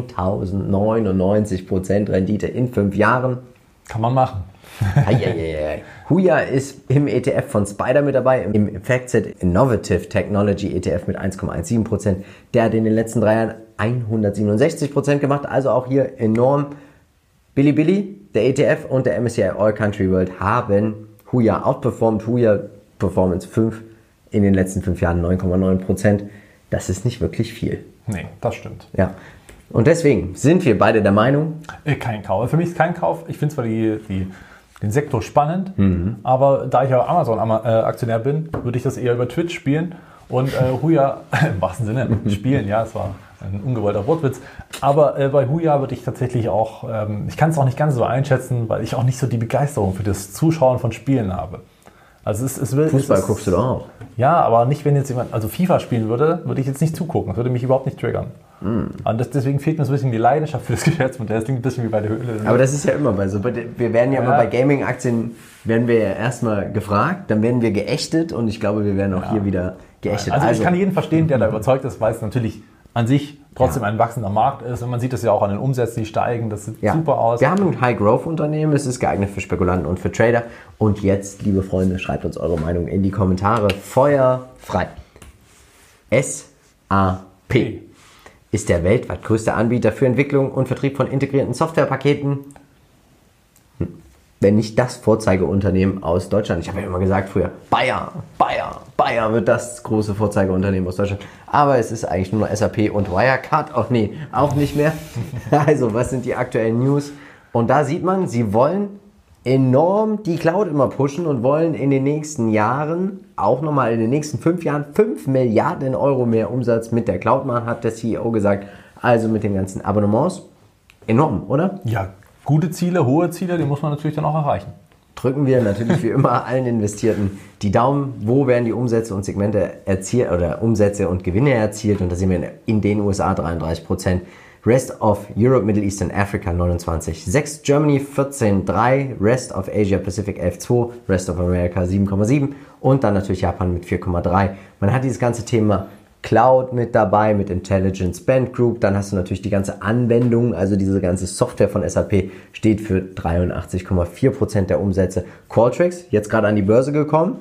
1099% Rendite in 5 Jahren. Kann man machen. Huya ist im ETF von Spider mit dabei, im FactSet Innovative Technology ETF mit 1,17%. Der hat in den letzten 3 Jahren 167% gemacht, also auch hier enorm. Bilibili, der ETF und der MSCI All Country World haben Huya outperformed. Huya Performance 5 in den letzten 5 Jahren 9,9%. Das ist nicht wirklich viel. Nee, das stimmt. Ja. Und deswegen sind wir beide der Meinung. Kein Kauf. Für mich ist kein Kauf. Ich finde zwar den Sektor spannend, aber da ich ja Amazon-Aktionär bin, würde ich das eher über Twitch spielen. Und Huya, im wahrsten Sinne, spielen, ja, es war ein ungewollter Wortwitz. Aber bei Huya würde ich tatsächlich auch, ich kann es auch nicht ganz so einschätzen, weil ich auch nicht so die Begeisterung für das Zuschauen von Spielen habe. Also Fußball guckst du doch auch. Ja, aber nicht, wenn jetzt jemand FIFA spielen würde, würde ich jetzt nicht zugucken. Das würde mich überhaupt nicht triggern. Und deswegen fehlt mir so ein bisschen die Leidenschaft für das Geschäftsmodell. Das klingt ein bisschen wie bei der Höhle. Aber das ist ja immer bei so. Wir werden ja immer bei Gaming-Aktien, werden wir ja erstmal gefragt, dann werden wir geächtet und ich glaube, wir werden auch hier wieder geächtet. Also ich kann jeden verstehen, der da überzeugt ist, weil es natürlich an sich trotzdem ein wachsender Markt ist. Und man sieht es ja auch an den Umsätzen, die steigen. Das sieht super aus. Wir haben ein High-Growth-Unternehmen. Es ist geeignet für Spekulanten und für Trader. Und jetzt, liebe Freunde, schreibt uns eure Meinung in die Kommentare. Feuer frei. SAP ist der weltweit größte Anbieter für Entwicklung und Vertrieb von integrierten Softwarepaketen. Wenn nicht das Vorzeigeunternehmen aus Deutschland. Ich habe ja immer gesagt früher, Bayer wird das große Vorzeigeunternehmen aus Deutschland. Aber es ist eigentlich nur noch SAP und Wirecard. Auch nicht mehr. Also, was sind die aktuellen News? Und da sieht man, sie wollen enorm die Cloud immer pushen und wollen in den nächsten Jahren, auch nochmal in den nächsten 5 Jahren, 5 Milliarden Euro mehr Umsatz mit der Cloud machen, hat der CEO gesagt. Also mit den ganzen Abonnements. Enorm, oder? Ja, gute Ziele, hohe Ziele, die muss man natürlich dann auch erreichen. Drücken wir natürlich wie immer allen Investierten die Daumen. Wo werden die Umsätze und Segmente erzielt oder Umsätze und Gewinne erzielt? Und da sehen wir in den USA 33%, Rest of Europe, Middle East and Africa 29,6%, Germany 14,3%, Rest of Asia Pacific 11,2%, Rest of America 7,7% und dann natürlich Japan mit 4,3%. Man hat dieses ganze Thema Cloud mit dabei, mit Intelligent Spend Group. Dann hast du natürlich die ganze Anwendung, also diese ganze Software von SAP steht für 83,4% der Umsätze. Qualtrics, jetzt gerade an die Börse gekommen,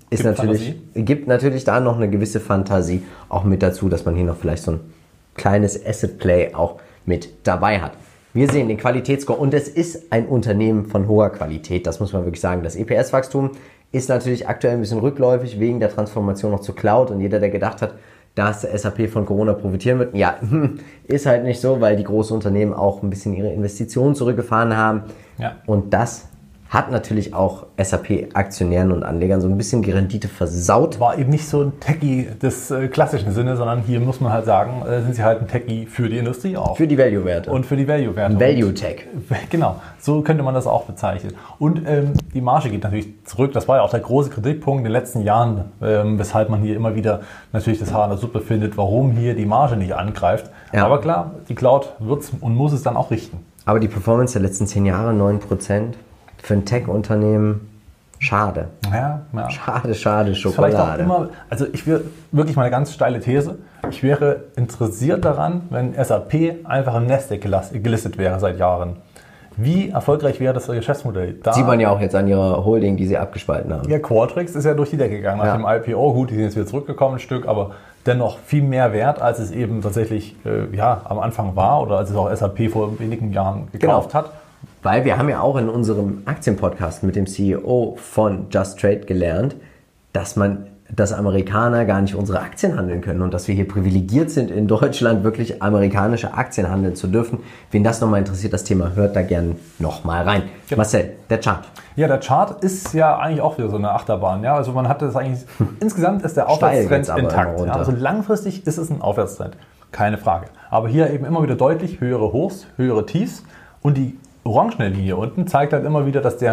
gibt natürlich da noch eine gewisse Fantasie auch mit dazu, dass man hier noch vielleicht so ein kleines Asset Play auch mit dabei hat. Wir sehen den Qualitätsscore und es ist ein Unternehmen von hoher Qualität, das muss man wirklich sagen. Das EPS-Wachstum ist natürlich aktuell ein bisschen rückläufig wegen der Transformation noch zur Cloud und jeder, der gedacht hat, dass SAP von Corona profitieren wird, ja, ist halt nicht so, weil die großen Unternehmen auch ein bisschen ihre Investitionen zurückgefahren haben und das hat natürlich auch SAP-Aktionären und Anlegern so ein bisschen die Rendite versaut. War eben nicht so ein Techie des klassischen Sinne, sondern hier muss man halt sagen, sind sie halt ein Techie für die Industrie auch. Für die Value-Werte. Und für die Value-Werte. Value-Tech. Genau, so könnte man das auch bezeichnen. Und die Marge geht natürlich zurück. Das war ja auch der große Kritikpunkt in den letzten Jahren, weshalb man hier immer wieder natürlich das Haar in der Suppe findet, warum hier die Marge nicht angreift. Ja. Aber klar, die Cloud wird und muss es dann auch richten. Aber die Performance der letzten 10 Jahre, 9%. Für ein Tech-Unternehmen, schade. Ja. Schade, Schokolade. Vielleicht auch immer, also ich will wirklich mal eine ganz steile These. Ich wäre interessiert daran, wenn SAP einfach im Nasdaq gelistet wäre seit Jahren. Wie erfolgreich wäre das Geschäftsmodell? Da sieht man ja auch jetzt an ihrer Holding, die sie abgespalten haben. Ja, Qualtrics ist ja durch die Decke gegangen nach dem IPO. Gut, die sind jetzt wieder zurückgekommen ein Stück, aber dennoch viel mehr wert, als es eben tatsächlich am Anfang war oder als es auch SAP vor wenigen Jahren gekauft hat. Weil wir haben ja auch in unserem Aktienpodcast mit dem CEO von Just Trade gelernt, dass Amerikaner gar nicht unsere Aktien handeln können und dass wir hier privilegiert sind, in Deutschland wirklich amerikanische Aktien handeln zu dürfen. Wen das nochmal interessiert, das Thema, hört da gerne nochmal rein. Genau. Marcel, der Chart. Ja, der Chart ist ja eigentlich auch wieder so eine Achterbahn. Ja? Also man hat das eigentlich, insgesamt ist der Aufwärtstrend intakt. Ja? Also langfristig ist es ein Aufwärtstrend, keine Frage. Aber hier eben immer wieder deutlich höhere Hochs, höhere Tiefs und die orangene Linie unten zeigt halt immer wieder, dass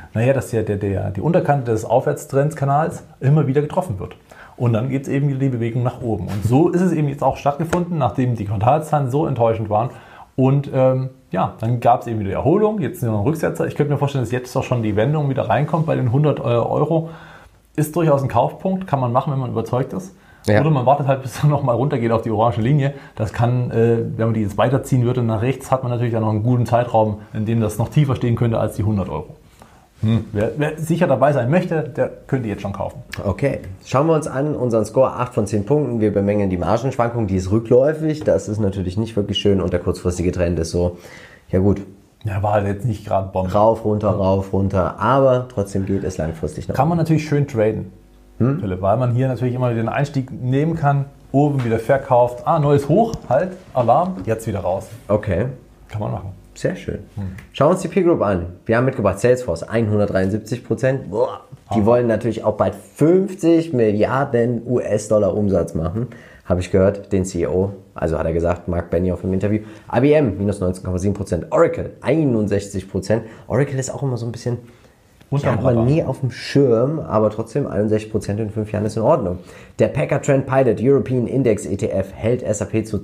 die Unterkante des Aufwärtstrendskanals immer wieder getroffen wird. Und dann geht es eben wieder die Bewegung nach oben. Und so ist es eben jetzt auch stattgefunden, nachdem die Quartalszahlen so enttäuschend waren. Und dann gab es eben wieder Erholung, jetzt noch ein Rücksetzer. Ich könnte mir vorstellen, dass jetzt doch schon die Wendung wieder reinkommt bei den 100 Euro. Ist durchaus ein Kaufpunkt, kann man machen, wenn man überzeugt ist. Ja. Oder man wartet halt, bis er nochmal runtergeht auf die orange Linie. Das kann, wenn man die jetzt weiterziehen würde nach rechts, hat man natürlich dann noch einen guten Zeitraum, in dem das noch tiefer stehen könnte als die 100 Euro. Wer sicher dabei sein möchte, der könnte jetzt schon kaufen. Okay, schauen wir uns an, unseren Score 8 von 10 Punkten. Wir bemängeln die Margenschwankung, die ist rückläufig. Das ist natürlich nicht wirklich schön und der kurzfristige Trend ist so, ja gut. Ja, war halt jetzt nicht gerade Bombe. Rauf, runter, aber trotzdem geht es langfristig noch. Kann man natürlich schön traden, Philipp, weil man hier natürlich immer den Einstieg nehmen kann, oben wieder verkauft, neues Hoch, halt, Alarm, jetzt wieder raus. Okay. Kann man machen. Sehr schön. Schauen wir uns die Peer Group an. Wir haben mitgebracht Salesforce, 173%. Boah, die wollen natürlich auch bald 50 Milliarden US-Dollar Umsatz machen. Habe ich gehört, den CEO, also hat er gesagt, Mark Benioff im Interview. IBM, minus 19,7%. Oracle, 61%. Oracle ist auch immer so ein bisschen, hat man nie auf dem Schirm, aber trotzdem 61% in 5 Jahren ist in Ordnung. Der Packer Trend Pilot European Index ETF hält SAP zu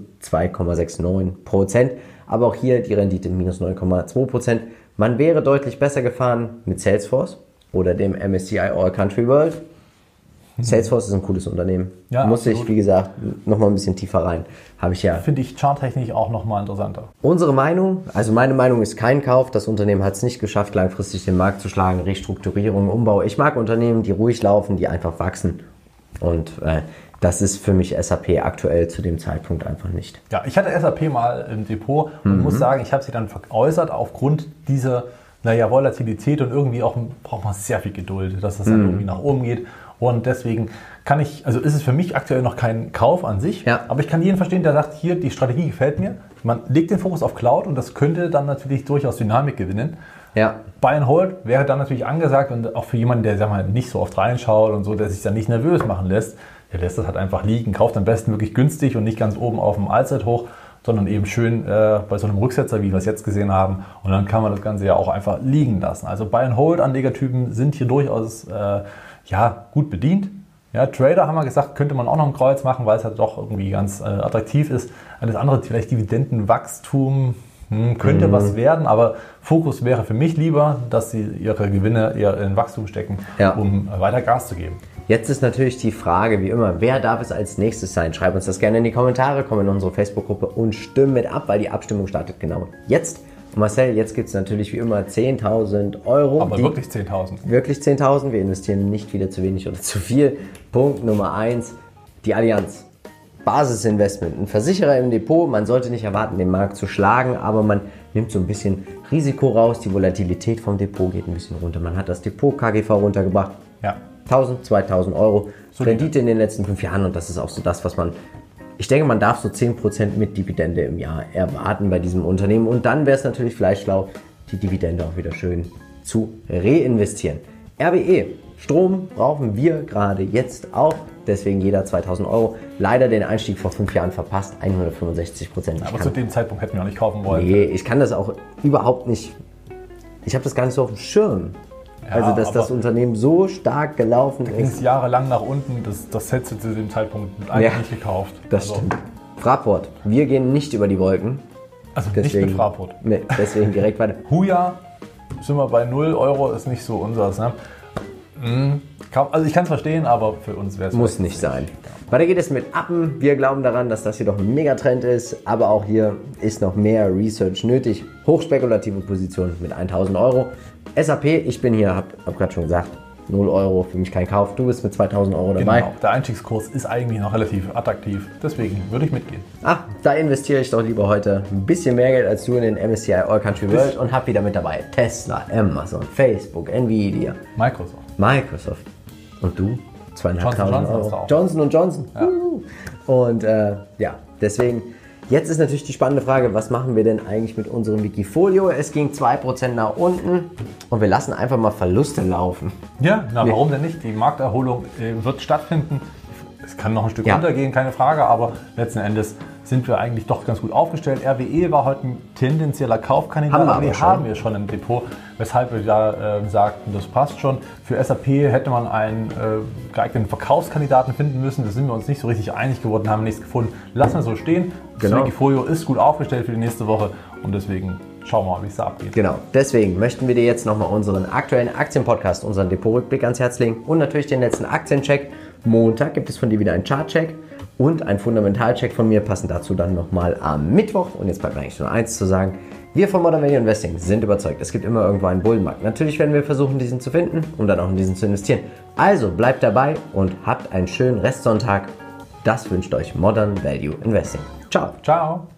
2,69%. Aber auch hier die Rendite minus 9,2%. Man wäre deutlich besser gefahren mit Salesforce oder dem MSCI All Country World. Salesforce ist ein cooles Unternehmen. Ja, muss ich, wie gesagt, nochmal ein bisschen tiefer rein. Habe ich ja. Finde ich charttechnisch auch nochmal interessanter. Unsere Meinung, also meine Meinung ist kein Kauf. Das Unternehmen hat es nicht geschafft, langfristig den Markt zu schlagen. Restrukturierung, Umbau. Ich mag Unternehmen, die ruhig laufen, die einfach wachsen. Und das ist für mich SAP aktuell zu dem Zeitpunkt einfach nicht. Ja, ich hatte SAP mal im Depot und muss sagen, ich habe sie dann veräußert aufgrund dieser Volatilität und irgendwie auch braucht man sehr viel Geduld, dass das dann irgendwie nach oben geht. Und deswegen ist es für mich aktuell noch kein Kauf an sich, ja. Aber ich kann jeden verstehen, der sagt, hier, die Strategie gefällt mir. Man legt den Fokus auf Cloud und das könnte dann natürlich durchaus Dynamik gewinnen. Ja. Buy and Hold wäre dann natürlich angesagt und auch für jemanden, der nicht so oft reinschaut und so, der sich dann nicht nervös machen lässt, der lässt das halt einfach liegen, kauft am besten wirklich günstig und nicht ganz oben auf dem Allzeithoch, sondern eben schön bei so einem Rücksetzer, wie wir es jetzt gesehen haben. Und dann kann man das Ganze ja auch einfach liegen lassen. Also Buy and Hold Anlegertypen sind hier durchaus gut bedient. Ja, Trader haben wir gesagt, könnte man auch noch ein Kreuz machen, weil es halt doch irgendwie ganz attraktiv ist. Alles andere, vielleicht Dividendenwachstum, könnte was werden, aber Fokus wäre für mich lieber, dass sie ihre Gewinne eher in Wachstum stecken, um weiter Gas zu geben. Jetzt ist natürlich die Frage, wie immer, wer darf es als nächstes sein? Schreib uns das gerne in die Kommentare, komm in unsere Facebook-Gruppe und stimm mit ab, weil die Abstimmung startet genau jetzt. Und Marcel, jetzt gibt es natürlich wie immer 10.000 Euro. Aber wirklich 10.000? Wirklich 10.000, wir investieren nicht wieder zu wenig oder zu viel. Punkt Nummer 1, die Allianz. Basisinvestment, ein Versicherer im Depot, man sollte nicht erwarten, den Markt zu schlagen, aber man nimmt so ein bisschen Risiko raus, die Volatilität vom Depot geht ein bisschen runter. Man hat das Depot KGV runtergebracht, 1.000, 2.000 Euro, Rendite in den letzten 5 Jahren und das ist auch so das, was man, ich denke, man darf so 10% mit Dividende im Jahr erwarten bei diesem Unternehmen und dann wäre es natürlich vielleicht schlau, die Dividende auch wieder schön zu reinvestieren. RWE, Strom brauchen wir gerade jetzt auch. Deswegen jeder 2.000 Euro. Leider den Einstieg vor 5 Jahren verpasst, 165%. Aber zu dem Zeitpunkt hätten wir auch nicht kaufen wollen. Nee, ich kann das auch überhaupt nicht. Ich habe das gar nicht so auf dem Schirm. Ja, also, dass das Unternehmen so stark gelaufen ging es ist. jahrelang nach unten, das hättest du zu dem Zeitpunkt eigentlich nicht gekauft. Das stimmt. Fraport, wir gehen nicht über die Wolken. Also deswegen, nicht mit Fraport. Nee, deswegen direkt weiter. Huja, sind wir bei 0 Euro, ist nicht so unseres. Ne? Also ich kann es verstehen, aber für uns wäre es... Muss nicht sein. Weiter geht es mit Appen. Wir glauben daran, dass das hier doch ein Megatrend ist, aber auch hier ist noch mehr Research nötig. Hochspekulative Position mit 1.000 Euro. SAP, ich bin hier, hab gerade schon gesagt, 0 Euro, für mich kein Kauf. Du bist mit 2.000 Euro dabei. Genau, der Einstiegskurs ist eigentlich noch relativ attraktiv, deswegen würde ich mitgehen. Da investiere ich doch lieber heute ein bisschen mehr Geld als du in den MSCI All Country World und hab wieder mit dabei Tesla, Amazon, Facebook, Nvidia, Microsoft. Und du? 2.500 Euro. Johnson & Johnson. Ja. Und deswegen, jetzt ist natürlich die spannende Frage, was machen wir denn eigentlich mit unserem Wikifolio? Es ging 2% nach unten und wir lassen einfach mal Verluste laufen. Ja, warum denn nicht? Die Markterholung wird stattfinden. Es kann noch ein Stück runtergehen, keine Frage, aber letzten Endes sind wir eigentlich doch ganz gut aufgestellt. RWE war heute ein tendenzieller Kaufkandidat, haben wir schon im Depot, weshalb wir da sagten, das passt schon. Für SAP hätte man einen geeigneten Verkaufskandidaten finden müssen, da sind wir uns nicht so richtig einig geworden, haben nichts gefunden. Lassen wir so stehen. Das Wikifolio ist gut aufgestellt für die nächste Woche und deswegen schauen wir mal, wie es da abgeht. Genau, deswegen möchten wir dir jetzt nochmal unseren aktuellen Aktienpodcast, unseren Depotrückblick ans Herz legen und natürlich den letzten Aktiencheck. Montag gibt es von dir wieder einen Chartcheck und einen Fundamentalcheck von mir, passend dazu dann nochmal am Mittwoch. Und jetzt bleibt eigentlich nur eins zu sagen: Wir von Modern Value Investing sind überzeugt, es gibt immer irgendwo einen Bullenmarkt. Natürlich werden wir versuchen, diesen zu finden und dann auch in diesen zu investieren. Also bleibt dabei und habt einen schönen Restsonntag. Das wünscht euch Modern Value Investing. Ciao. Ciao.